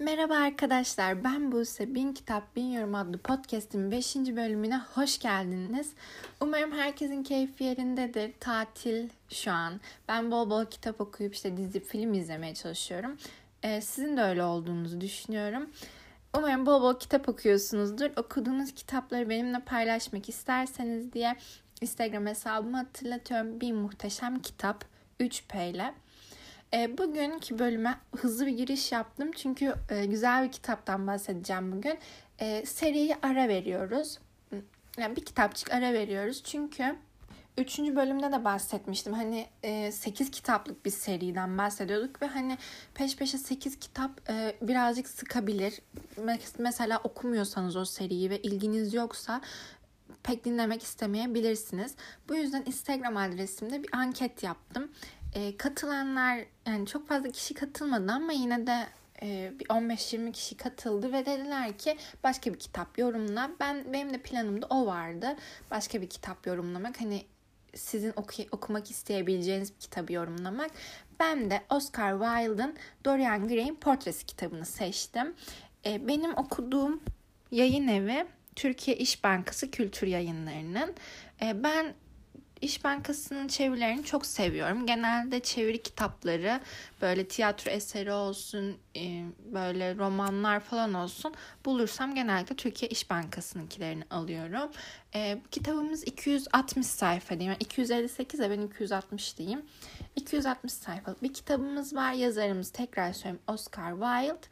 Merhaba arkadaşlar, ben Buse. Bin Kitap Bin Yorum adlı podcast'in 5. bölümüne hoş geldiniz. Umarım herkesin keyfi yerindedir. Tatil şu an. Ben bol bol kitap okuyup dizi, film izlemeye çalışıyorum. Sizin de öyle olduğunuzu düşünüyorum. Umarım bol bol kitap okuyorsunuzdur. Okuduğunuz kitapları benimle paylaşmak isterseniz diye Instagram hesabımı hatırlatıyorum. Bir muhteşem kitap 3P ile. Bugünkü bölüme hızlı bir giriş yaptım. Çünkü güzel bir kitaptan bahsedeceğim bugün. Seriyi ara veriyoruz. Yani bir kitapçık ara veriyoruz. Çünkü 3. bölümde de bahsetmiştim. 8 kitaplık bir seriden bahsediyorduk. Ve peş peşe 8 kitap birazcık sıkabilir. Mesela okumuyorsanız o seriyi ve ilginiz yoksa pek dinlemek istemeyebilirsiniz. Bu yüzden Instagram adresimde bir anket yaptım. Katılanlar yani çok fazla kişi katılmadı ama yine de bir 15-20 kişi katıldı ve dediler ki başka bir kitap yorumla. Benim de planımda o vardı. Başka bir kitap yorumlamak. Sizin okumak isteyebileceğiniz bir kitabı yorumlamak. Ben de Oscar Wilde'ın Dorian Gray'in Portresi kitabını seçtim. Benim okuduğum yayın evi Türkiye İş Bankası Kültür Yayınları'nın. Ben İş Bankası'nın çevirilerini çok seviyorum. Genelde çeviri kitapları böyle tiyatro eseri olsun, böyle romanlar falan olsun bulursam genellikle Türkiye İş Bankası'nınkilerini alıyorum. Kitabımız 260 sayfa diyeyim. 258 de ben 260 diyeyim. 260 sayfalık bir kitabımız var. Yazarımız tekrar söyleyeyim Oscar Wilde.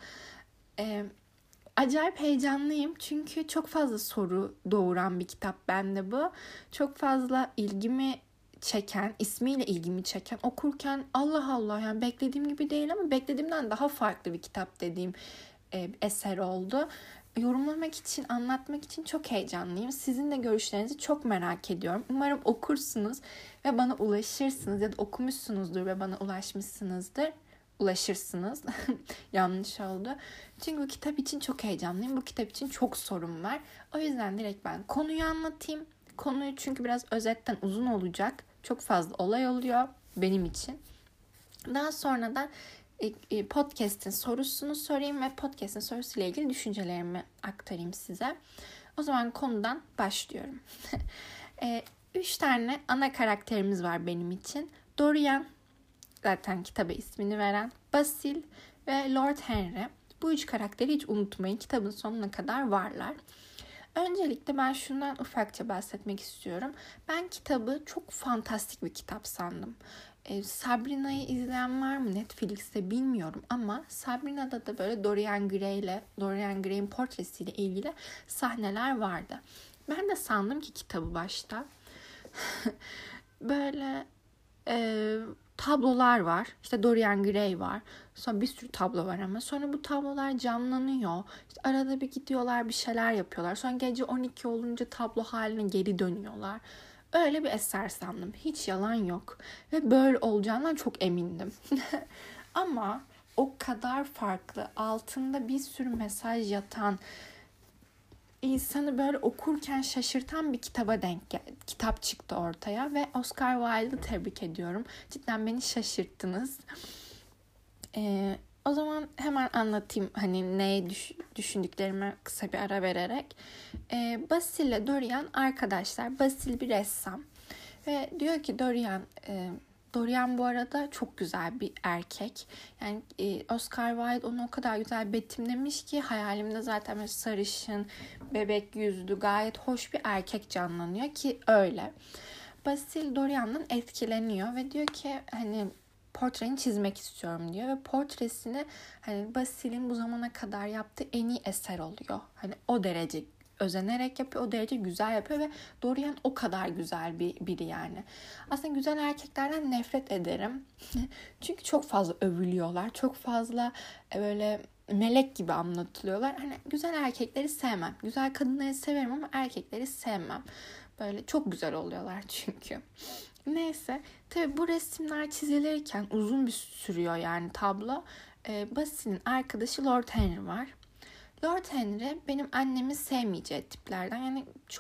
Acayip heyecanlıyım çünkü çok fazla soru doğuran bir kitap bende bu. Çok fazla ilgimi çeken, ismiyle ilgimi çeken, okurken Allah Allah yani beklediğim gibi değil ama beklediğimden daha farklı bir kitap dediğim eser oldu. Yorumlamak için, anlatmak için çok heyecanlıyım. Sizin de görüşlerinizi çok merak ediyorum. Umarım okursunuz ve bana ulaşırsınız ya da okumuşsunuzdur ve bana ulaşmışsınızdır. Ulaşırsınız. Yanlış oldu. Çünkü bu kitap için çok heyecanlıyım. Bu kitap için çok sorum var. O yüzden direkt ben konuyu anlatayım. Konuyu çünkü biraz özetten uzun olacak. Çok fazla olay oluyor benim için. Daha sonra da podcast'in sorusunu sorayım ve podcast'in sorusuyla ilgili düşüncelerimi aktarayım size. O zaman konudan başlıyorum. 3 tane ana karakterimiz var benim için. Dorian, zaten kitaba ismini veren, Basil ve Lord Henry. Bu 3 karakteri hiç unutmayın. Kitabın sonuna kadar varlar. Öncelikle ben şundan ufakça bahsetmek istiyorum. Ben kitabı çok fantastik bir kitap sandım. Sabrina'yı izleyen var mı Netflix'te bilmiyorum ama Sabrina'da da böyle Dorian Gray'in portresiyle ilgili sahneler vardı. Ben de sandım ki kitabı başta böyle tablolar var. İşte Dorian Gray var. Sonra bir sürü tablo var ama sonra bu tablolar canlanıyor. İşte arada bir gidiyorlar, bir şeyler yapıyorlar. Sonra gece 12 olunca tablo haline geri dönüyorlar. Öyle bir eser sandım. Hiç yalan yok. Ve böyle olacağından çok emindim. Ama o kadar farklı, altında bir sürü mesaj yatan, insanı böyle okurken şaşırtan bir kitap çıktı ortaya ve Oscar Wilde'ı tebrik ediyorum. Cidden beni şaşırttınız. O zaman hemen anlatayım neye düşündüklerime kısa bir ara vererek. Basil ile Dorian arkadaşlar. Basil bir ressam ve diyor ki Dorian bu arada çok güzel bir erkek. Yani Oscar Wilde onu o kadar güzel betimlemiş ki hayalimde zaten böyle sarışın, bebek yüzlü, gayet hoş bir erkek canlanıyor ki öyle. Basil Dorian'dan etkileniyor ve diyor ki portreni çizmek istiyorum diyor ve portresini Basil'in bu zamana kadar yaptığı en iyi eser oluyor. O derece özenerek yapıyor, o derece güzel yapıyor ve Dorian o kadar güzel biri yani. Aslında güzel erkeklerden nefret ederim. Çünkü çok fazla övülüyorlar. Çok fazla böyle melek gibi anlatılıyorlar. Güzel erkekleri sevmem. Güzel kadınları severim ama erkekleri sevmem. Böyle çok güzel oluyorlar çünkü. Neyse, tabii bu resimler çizilirken uzun bir sürüyor yani tablo. Basil'in arkadaşı Lord Henry var. Lord Henry benim annemin sevmeyeceği tiplerden. Yani çok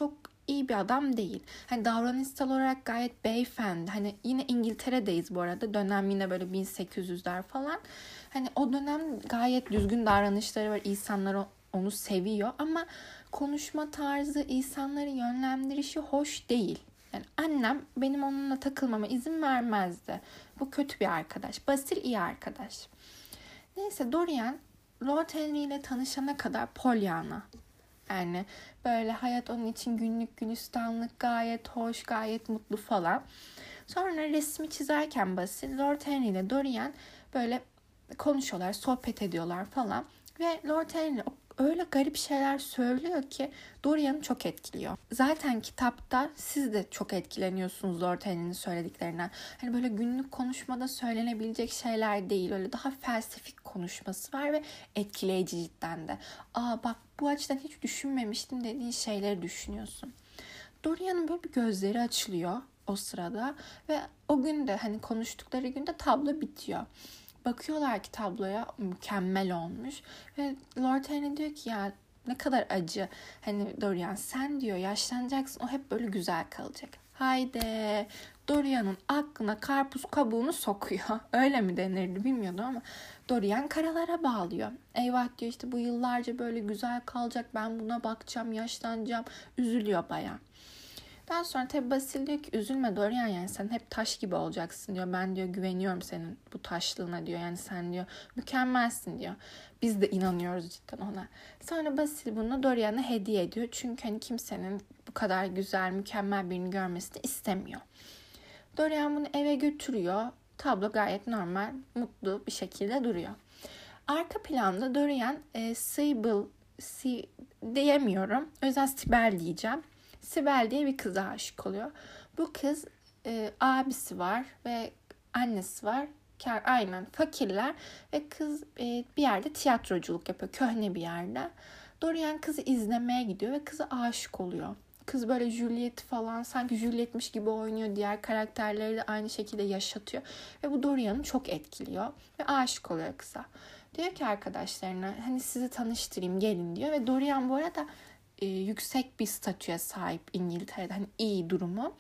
iyi bir adam değil. Hani davranışsal olarak gayet beyefendi. Hani yine İngiltere'deyiz bu arada. Dönem yine böyle 1800'ler falan. Hani o dönem gayet düzgün davranışları var. İnsanlar onu seviyor ama konuşma tarzı, insanları yönlendirişi hoş değil. Yani annem benim onunla takılmama izin vermezdi. Bu kötü bir arkadaş. Basil iyi arkadaş. Neyse Dorian Lord Henry ile tanışana kadar Pollyanna. Yani böyle hayat onun için günlük gülistanlık, gayet hoş, gayet mutlu falan. Sonra resmi çizerken Basil, Lord Henry ile Dorian böyle konuşuyorlar, sohbet ediyorlar falan. Ve Lord Henry öyle garip şeyler söylüyor ki Dorian'ı çok etkiliyor. Zaten kitapta siz de çok etkileniyorsunuz Lord Henry'nin söylediklerinden. Hani böyle günlük konuşmada söylenebilecek şeyler değil. Öyle daha felsefik konuşması var ve etkileyici cidden de. Bak bu açıdan hiç düşünmemiştim dediğin şeyleri düşünüyorsun. Dorian'ın böyle bir gözleri açılıyor o sırada ve o gün de hani konuştukları günde tablo bitiyor. Bakıyorlar ki tabloya mükemmel olmuş ve Lord Henry diyor ki ya ne kadar acı. Hani Dorian sen diyor yaşlanacaksın, o hep böyle güzel kalacak. Haydi Dorian'ın aklına karpuz kabuğunu sokuyor. Öyle mi denirdi bilmiyordum ama Dorian karalara bağlıyor. Eyvah diyor işte bu yıllarca böyle güzel kalacak, ben buna bakacağım, yaşlanacağım. Üzülüyor bayağı. Daha sonra tabii Basil diyor ki üzülme Dorian, yani sen hep taş gibi olacaksın diyor. Ben diyor güveniyorum senin bu taşlığına diyor. Yani sen diyor mükemmelsin diyor. Biz de inanıyoruz cidden ona. Sonra Basil bunu Dorian'a hediye ediyor. Çünkü hani kimsenin bu kadar güzel, mükemmel birini görmesini istemiyor. Dorian bunu eve götürüyor. Tablo gayet normal, mutlu bir şekilde duruyor. Arka planda Dorian diyemiyorum. O yüzden Sibel diyeceğim. Sibel diye bir kıza aşık oluyor. Bu kız abisi var ve annesi var. Aynen fakirler ve kız bir yerde tiyatroculuk yapıyor. Köhne bir yerde. Dorian kızı izlemeye gidiyor ve kıza aşık oluyor. Kız böyle Juliet falan sanki Juliet'miş gibi oynuyor. Diğer karakterleri de aynı şekilde yaşatıyor. Ve bu Dorian'ı çok etkiliyor. Ve aşık oluyor kıza. Diyor ki arkadaşlarına hani sizi tanıştırayım gelin diyor. Ve Dorian bu arada yüksek bir statüye sahip İngiltere'de. Hani iyi durumu.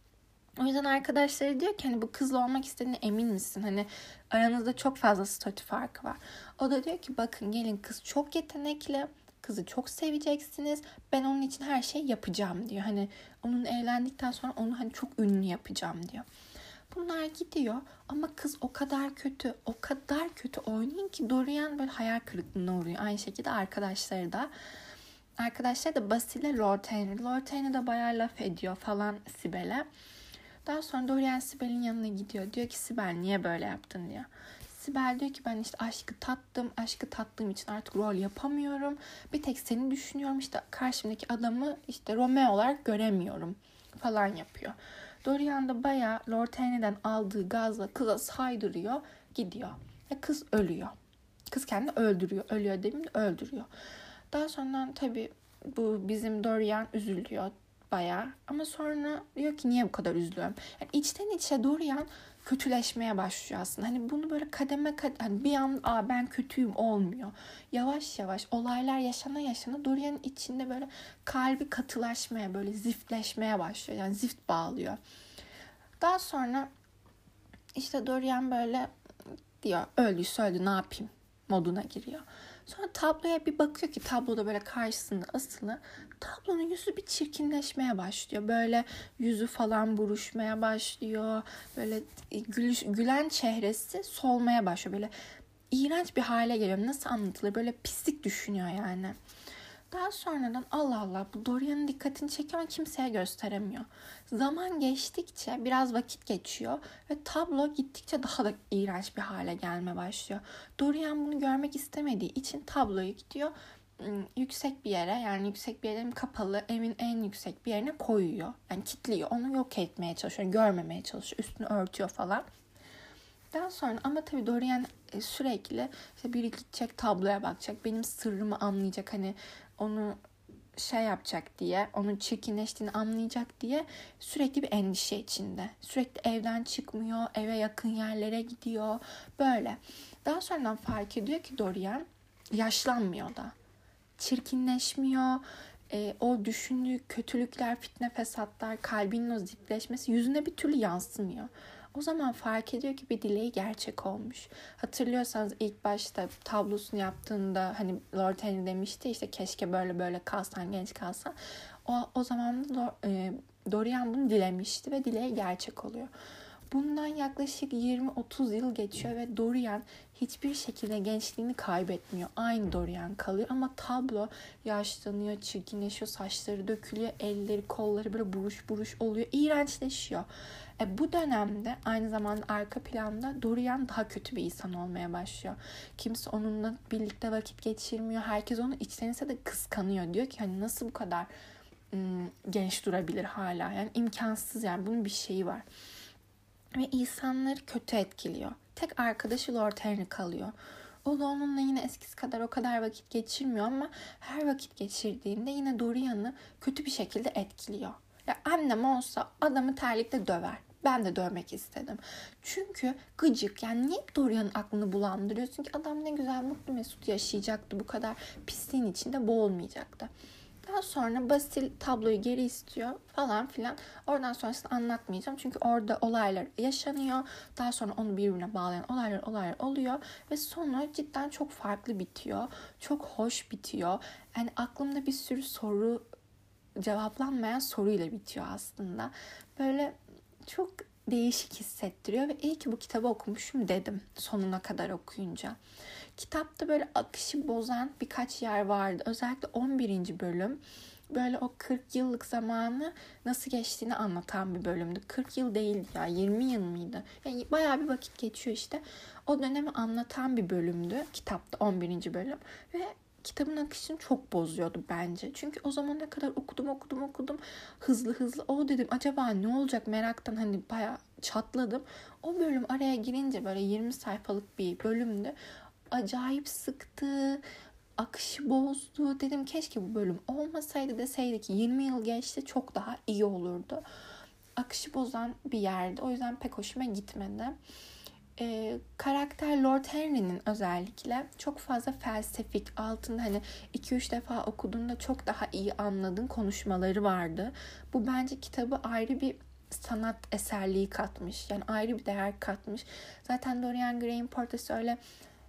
O yüzden arkadaşları diyor ki hani bu kızla olmak istediğine emin misin? Hani aranızda çok fazla statü farkı var. O da diyor ki bakın gelin kız çok yetenekli. Kızı çok seveceksiniz. Ben onun için her şeyi yapacağım diyor. Hani onun evlendikten sonra onu hani çok ünlü yapacağım diyor. Bunlar gidiyor ama kız o kadar kötü oynuyor ki Dorian böyle hayal kırıklığına uğruyor. Aynı şekilde arkadaşları da. Arkadaşlar da Basil ile Lord Henry. Lord Henry de bayağı laf ediyor falan Sibel'e. Daha sonra Dorian Sibel'in yanına gidiyor. Diyor ki Sibel niye böyle yaptın diyor. Sibel diyor ki ben işte aşkı tattım. Aşkı tattığım için artık rol yapamıyorum. Bir tek seni düşünüyorum. İşte karşımdaki adamı işte Romeo olarak göremiyorum falan yapıyor. Dorian da bayağı Lord Henry'den aldığı gazla kıza saydırıyor. Gidiyor. Ve kız ölüyor. Kız kendini öldürüyor. Ölüyor demeyeyim de öldürüyor. Daha sonra tabii bu bizim Dorian üzülüyor bayağı. Ama sonra diyor ki niye bu kadar üzülüyorum? Yani içten içe Dorian kötüleşmeye başlıyor aslında. Hani bunu böyle kademe hani bir an ben kötüyüm olmuyor. Yavaş yavaş olaylar yaşana Dorian'ın içinde böyle kalbi katılaşmaya, böyle ziftleşmeye başlıyor. Yani zift bağlıyor. Daha sonra işte Dorian böyle diyor öldüyse öldü ne yapayım moduna giriyor. Sonra tabloya bir bakıyor ki tabloda böyle karşısında asılı. Tablonun yüzü bir çirkinleşmeye başlıyor. Böyle yüzü falan buruşmaya başlıyor. Böyle gülen çehresi solmaya başlıyor. Böyle iğrenç bir hale geliyor. Nasıl anlatılır? Böyle pislik düşünüyor yani. Daha sonradan Allah Allah bu Dorian'ın dikkatini çekiyor ama kimseye gösteremiyor. Zaman geçtikçe biraz vakit geçiyor ve tablo gittikçe daha da iğrenç bir hale gelmeye başlıyor. Dorian bunu görmek istemediği için tabloyu gidiyor yüksek bir yere, yani yüksek bir yerin kapalı evin en yüksek bir yerine koyuyor. Yani kilitliyor, onu yok etmeye çalışıyor, görmemeye çalışıyor, üstünü örtüyor falan. Daha sonra ama tabii Dorian sürekli işte biri gidecek tabloya bakacak, benim sırrımı anlayacak, hani onu şey yapacak diye, onun çirkinleştiğini anlayacak diye sürekli bir endişe içinde. Sürekli evden çıkmıyor, eve yakın yerlere gidiyor böyle. Daha sonradan fark ediyor ki Dorian yaşlanmıyor da. Çirkinleşmiyor, o düşündüğü kötülükler, fitne, fesatlar, kalbinin o zipleşmesi yüzüne bir türlü yansımıyor. O zaman fark ediyor ki bir dileği gerçek olmuş. Hatırlıyorsanız ilk başta tablosunu yaptığında hani Lord Henry demişti işte keşke böyle böyle kalsan, genç kalsan. O zaman da Dorian bunu dilemişti ve dileği gerçek oluyor. Bundan yaklaşık 20-30 yıl geçiyor ve Dorian hiçbir şekilde gençliğini kaybetmiyor. Aynı Dorian kalıyor ama tablo yaşlanıyor, çirkinleşiyor, saçları dökülüyor, elleri, kolları böyle buruş buruş oluyor, iğrençleşiyor. Bu dönemde aynı zamanda arka planda Dorian daha kötü bir insan olmaya başlıyor. Kimse onunla birlikte vakit geçirmiyor. Herkes onu içten içe de kıskanıyor. Diyor ki hani nasıl bu kadar genç durabilir hala? Yani imkansız, yani bunun bir şeyi var. Ve insanları kötü etkiliyor. Tek arkadaşı Lord Henry kalıyor. O da onunla yine eskisi kadar o kadar vakit geçirmiyor ama her vakit geçirdiğinde yine Dorian'ı kötü bir şekilde etkiliyor. Ya annem olsa adamı terlikle döver. Ben de dövmek istedim. Çünkü gıcık, yani niye Dorian'ın aklını bulandırıyorsun ki? Adam ne güzel mutlu mesut yaşayacaktı. Bu kadar pisliğin içinde boğulmayacaktı. Daha sonra Basil tabloyu geri istiyor falan filan. Oradan sonrasını anlatmayacağım. Çünkü orada olaylar yaşanıyor. Daha sonra onu birbirine bağlayan olaylar oluyor. Ve sonu cidden çok farklı bitiyor. Çok hoş bitiyor. Yani aklımda bir sürü soru, cevaplanmayan soruyla bitiyor aslında. Böyle çok değişik hissettiriyor ve iyi ki bu kitabı okumuşum dedim sonuna kadar okuyunca. Kitapta böyle akışı bozan birkaç yer vardı. Özellikle 11. bölüm böyle o 40 yıllık zamanı nasıl geçtiğini anlatan bir bölümdü. 40 yıl değildi ya, 20 yıl mıydı? Yani bayağı bir vakit geçiyor işte. O dönemi anlatan bir bölümdü kitapta 11. bölüm ve kitabın akışını çok bozuyordu bence. Çünkü o zamana kadar okudum. Hızlı. O dedim acaba ne olacak meraktan hani bayağı çatladım. O bölüm araya girince böyle 20 sayfalık bir bölümdü. Acayip sıktı. Akışı bozdu. Dedim keşke bu bölüm olmasaydı, deseydi ki 20 yıl geçti çok daha iyi olurdu. Akışı bozan bir yerdi. O yüzden pek hoşuma gitmedi. Karakter Lord Henry'nin özellikle çok fazla felsefik, altında hani 2-3 defa okuduğunda çok daha iyi anladığın konuşmaları vardı. Bu bence kitabı ayrı bir sanat eserliği katmış. Yani ayrı bir değer katmış. Zaten Dorian Gray'in Portresi öyle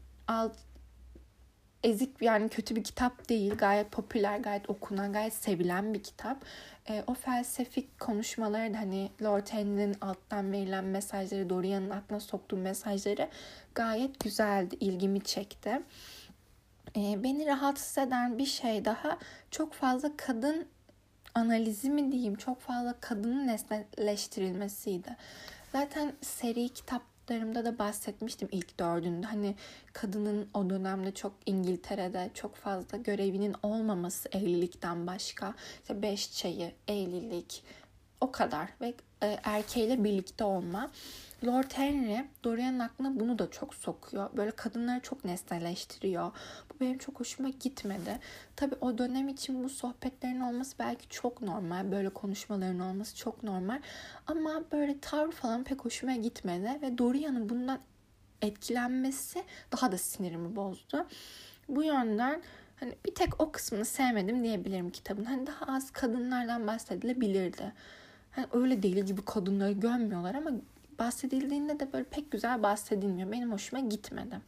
ezik, yani kötü bir kitap değil. Gayet popüler, gayet okunan, gayet sevilen bir kitap. O felsefik konuşmaları da hani Lord Henry'nin alttan verilen mesajları, Dorian'ın aklına soktuğu mesajları gayet güzeldi. İlgimi çekti. Beni rahatsız eden bir şey daha çok fazla kadın analizi mi diyeyim, çok fazla kadının nesneleştirilmesiydi. Zaten seri kitaplarımda da bahsetmiştim ilk 4'ünde. Hani kadının o dönemde çok İngiltere'de çok fazla görevinin olmaması evlilikten başka. İşte 5 çayı, evlilik o kadar ve erkeğiyle birlikte olma. Lord Henry Dorian'ın aklına bunu da çok sokuyor. Böyle kadınları çok nesneleştiriyor. Bu benim çok hoşuma gitmedi. Tabii o dönem için bu sohbetlerin olması belki çok normal. Böyle konuşmaların olması çok normal. Ama böyle tavır falan pek hoşuma gitmedi. Ve Dorian'ın bundan etkilenmesi daha da sinirimi bozdu. Bu yönden hani bir tek o kısmını sevmedim diyebilirim kitabın. Hani daha az kadınlardan bahsedilebilirdi. Hani öyle deli gibi kadınları gömmüyorlar ama bahsedildiğinde de böyle pek güzel bahsedilmiyor. Benim hoşuma gitmedi.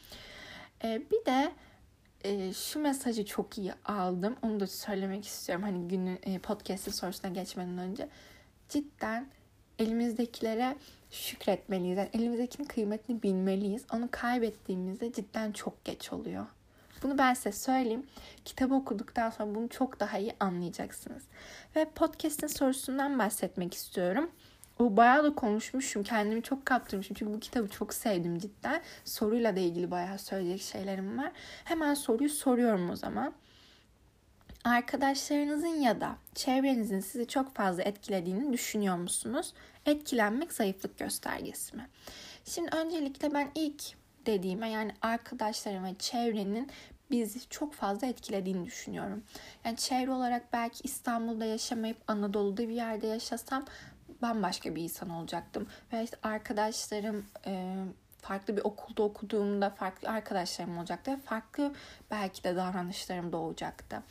Bir de şu mesajı çok iyi aldım. Onu da söylemek istiyorum. Hani günün podcast'in sorusuna geçmeden önce. Cidden elimizdekilere şükretmeliyiz. Yani elimizdekinin kıymetini bilmeliyiz. Onu kaybettiğimizde cidden çok geç oluyor. Bunu ben size söyleyeyim. Kitabı okuduktan sonra bunu çok daha iyi anlayacaksınız. Ve podcast'in sorusundan bahsetmek istiyorum. O bayağı da konuşmuşum. Kendimi çok kaptırmışım. Çünkü bu kitabı çok sevdim cidden. Soruyla da ilgili bayağı söyleyecek şeylerim var. Hemen soruyu soruyorum o zaman. Arkadaşlarınızın ya da çevrenizin sizi çok fazla etkilediğini düşünüyor musunuz? Etkilenmek zayıflık göstergesi mi? Şimdi öncelikle ben ilk dediğime, yani arkadaşlarım ve çevrenin bizi çok fazla etkilediğini düşünüyorum. Yani çevre olarak belki İstanbul'da yaşamayıp Anadolu'da bir yerde yaşasam bambaşka bir insan olacaktım. Ve işte arkadaşlarım farklı bir okulda okuduğumda farklı arkadaşlarım olacaktı. Farklı belki de davranışlarım doğacaktı.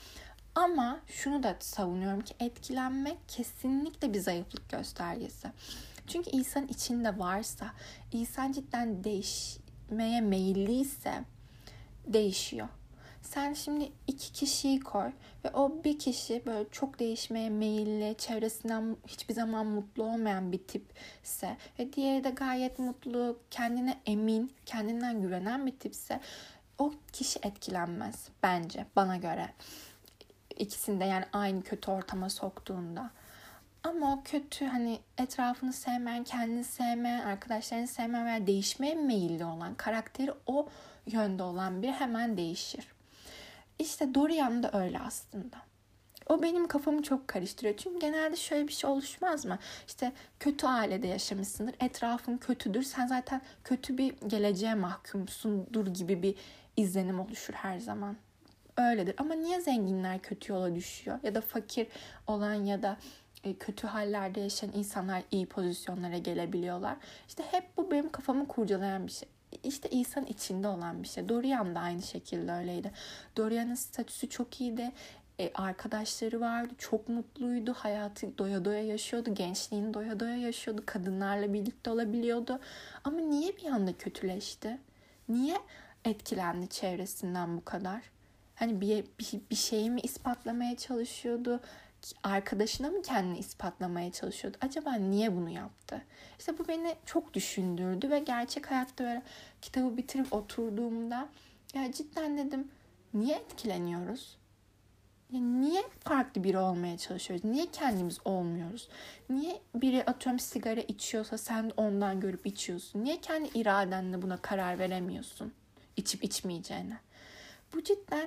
Ama şunu da savunuyorum ki etkilenmek kesinlikle bir zayıflık göstergesi. Çünkü insan içinde varsa, insan cidden değişmeye meyilliyse değişiyor. Sen şimdi 2 kişiyi koy ve o bir kişi böyle çok değişmeye meyilli, çevresinden hiçbir zaman mutlu olmayan bir tipse ve diğeri de gayet mutlu, kendine emin, kendinden güvenen bir tipse o kişi etkilenmez bence, bana göre. İkisini de yani aynı kötü ortama soktuğunda. Ama o kötü hani etrafını sevmeyen, kendini sevmeyen, arkadaşlarını sevmeyen veya değişmeye meyilli olan, karakteri o yönde olan biri hemen değişir. İşte Dorian da öyle aslında. O benim kafamı çok karıştırıyor. Çünkü genelde şöyle bir şey oluşmaz mı? İşte kötü ailede yaşamışsındır, etrafın kötüdür. Sen zaten kötü bir geleceğe mahkumsundur gibi bir izlenim oluşur her zaman. Öyledir. Ama niye zenginler kötü yola düşüyor? Ya da fakir olan ya da kötü hallerde yaşayan insanlar iyi pozisyonlara gelebiliyorlar. İşte hep bu benim kafamı kurcalayan bir şey. İşte insan içinde olan bir şey. Dorian da aynı şekilde öyleydi. Dorian'ın statüsü çok iyiydi. Arkadaşları vardı. Çok mutluydu. Hayatı doya doya yaşıyordu. Gençliğini doya doya yaşıyordu. Kadınlarla birlikte olabiliyordu. Ama niye bir anda kötüleşti? Niye etkilendi çevresinden bu kadar? Hani bir şeyi mi ispatlamaya çalışıyordu? Arkadaşına mı kendini ispatlamaya çalışıyordu? Acaba niye bunu yaptı? İşte bu beni çok düşündürdü ve gerçek hayatta böyle kitabı bitirip oturduğumda ya cidden dedim, niye etkileniyoruz? Ya niye farklı biri olmaya çalışıyoruz? Niye kendimiz olmuyoruz? Niye biri atıyorum sigara içiyorsa sen de ondan görüp içiyorsun? Niye kendi iradenle buna karar veremiyorsun? İçip içmeyeceğine. Bu cidden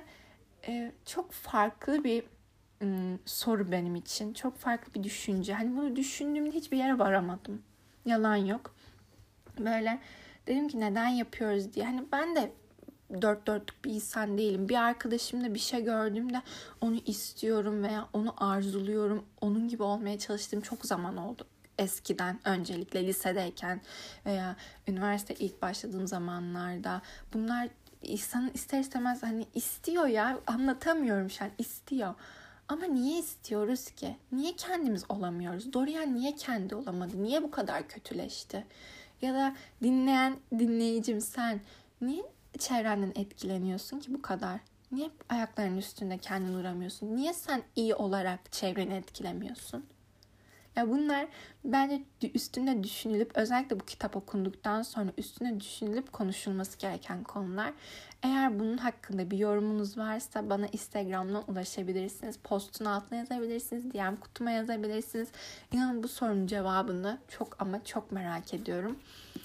çok farklı bir soru benim için. Çok farklı bir düşünce. Hani bunu düşündüğümde hiçbir yere varamadım. Yalan yok. Böyle dedim ki neden yapıyoruz diye. Hani ben de dört dörtlük bir insan değilim. Bir arkadaşımda bir şey gördüğümde onu istiyorum veya onu arzuluyorum. Onun gibi olmaya çalıştığım çok zaman oldu. Eskiden, öncelikle lisedeyken veya üniversite ilk başladığım zamanlarda. Bunlar insanın ister istemez hani istiyor ya, anlatamıyorum şu an, istiyor. Ama niye istiyoruz ki? Niye kendimiz olamıyoruz? Dorian niye kendi olamadı? Niye bu kadar kötüleşti? Ya da dinleyen dinleyicim sen niye çevrenden etkileniyorsun ki bu kadar? Niye ayaklarının üstünde kendin duramıyorsun? Niye sen iyi olarak çevreni etkilemiyorsun? Ya bunlar bence üstüne düşünülüp özellikle bu kitap okunduktan sonra üstüne düşünülüp konuşulması gereken konular. Eğer bunun hakkında bir yorumunuz varsa bana Instagram'dan ulaşabilirsiniz. Postun altına yazabilirsiniz. DM kutuma yazabilirsiniz. İnanın bu sorunun cevabını çok ama çok merak ediyorum.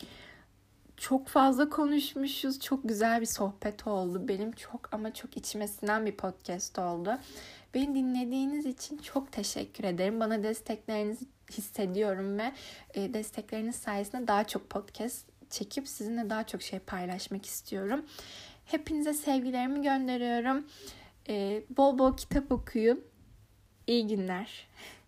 Çok fazla konuşmuşuz. Çok güzel bir sohbet oldu. Benim çok ama çok içime sinen bir podcast oldu. Beni dinlediğiniz için çok teşekkür ederim. Bana desteklerinizi hissediyorum ve destekleriniz sayesinde daha çok podcast çekip sizinle daha çok şey paylaşmak istiyorum. Hepinize sevgilerimi gönderiyorum. Bol bol kitap okuyun. İyi günler.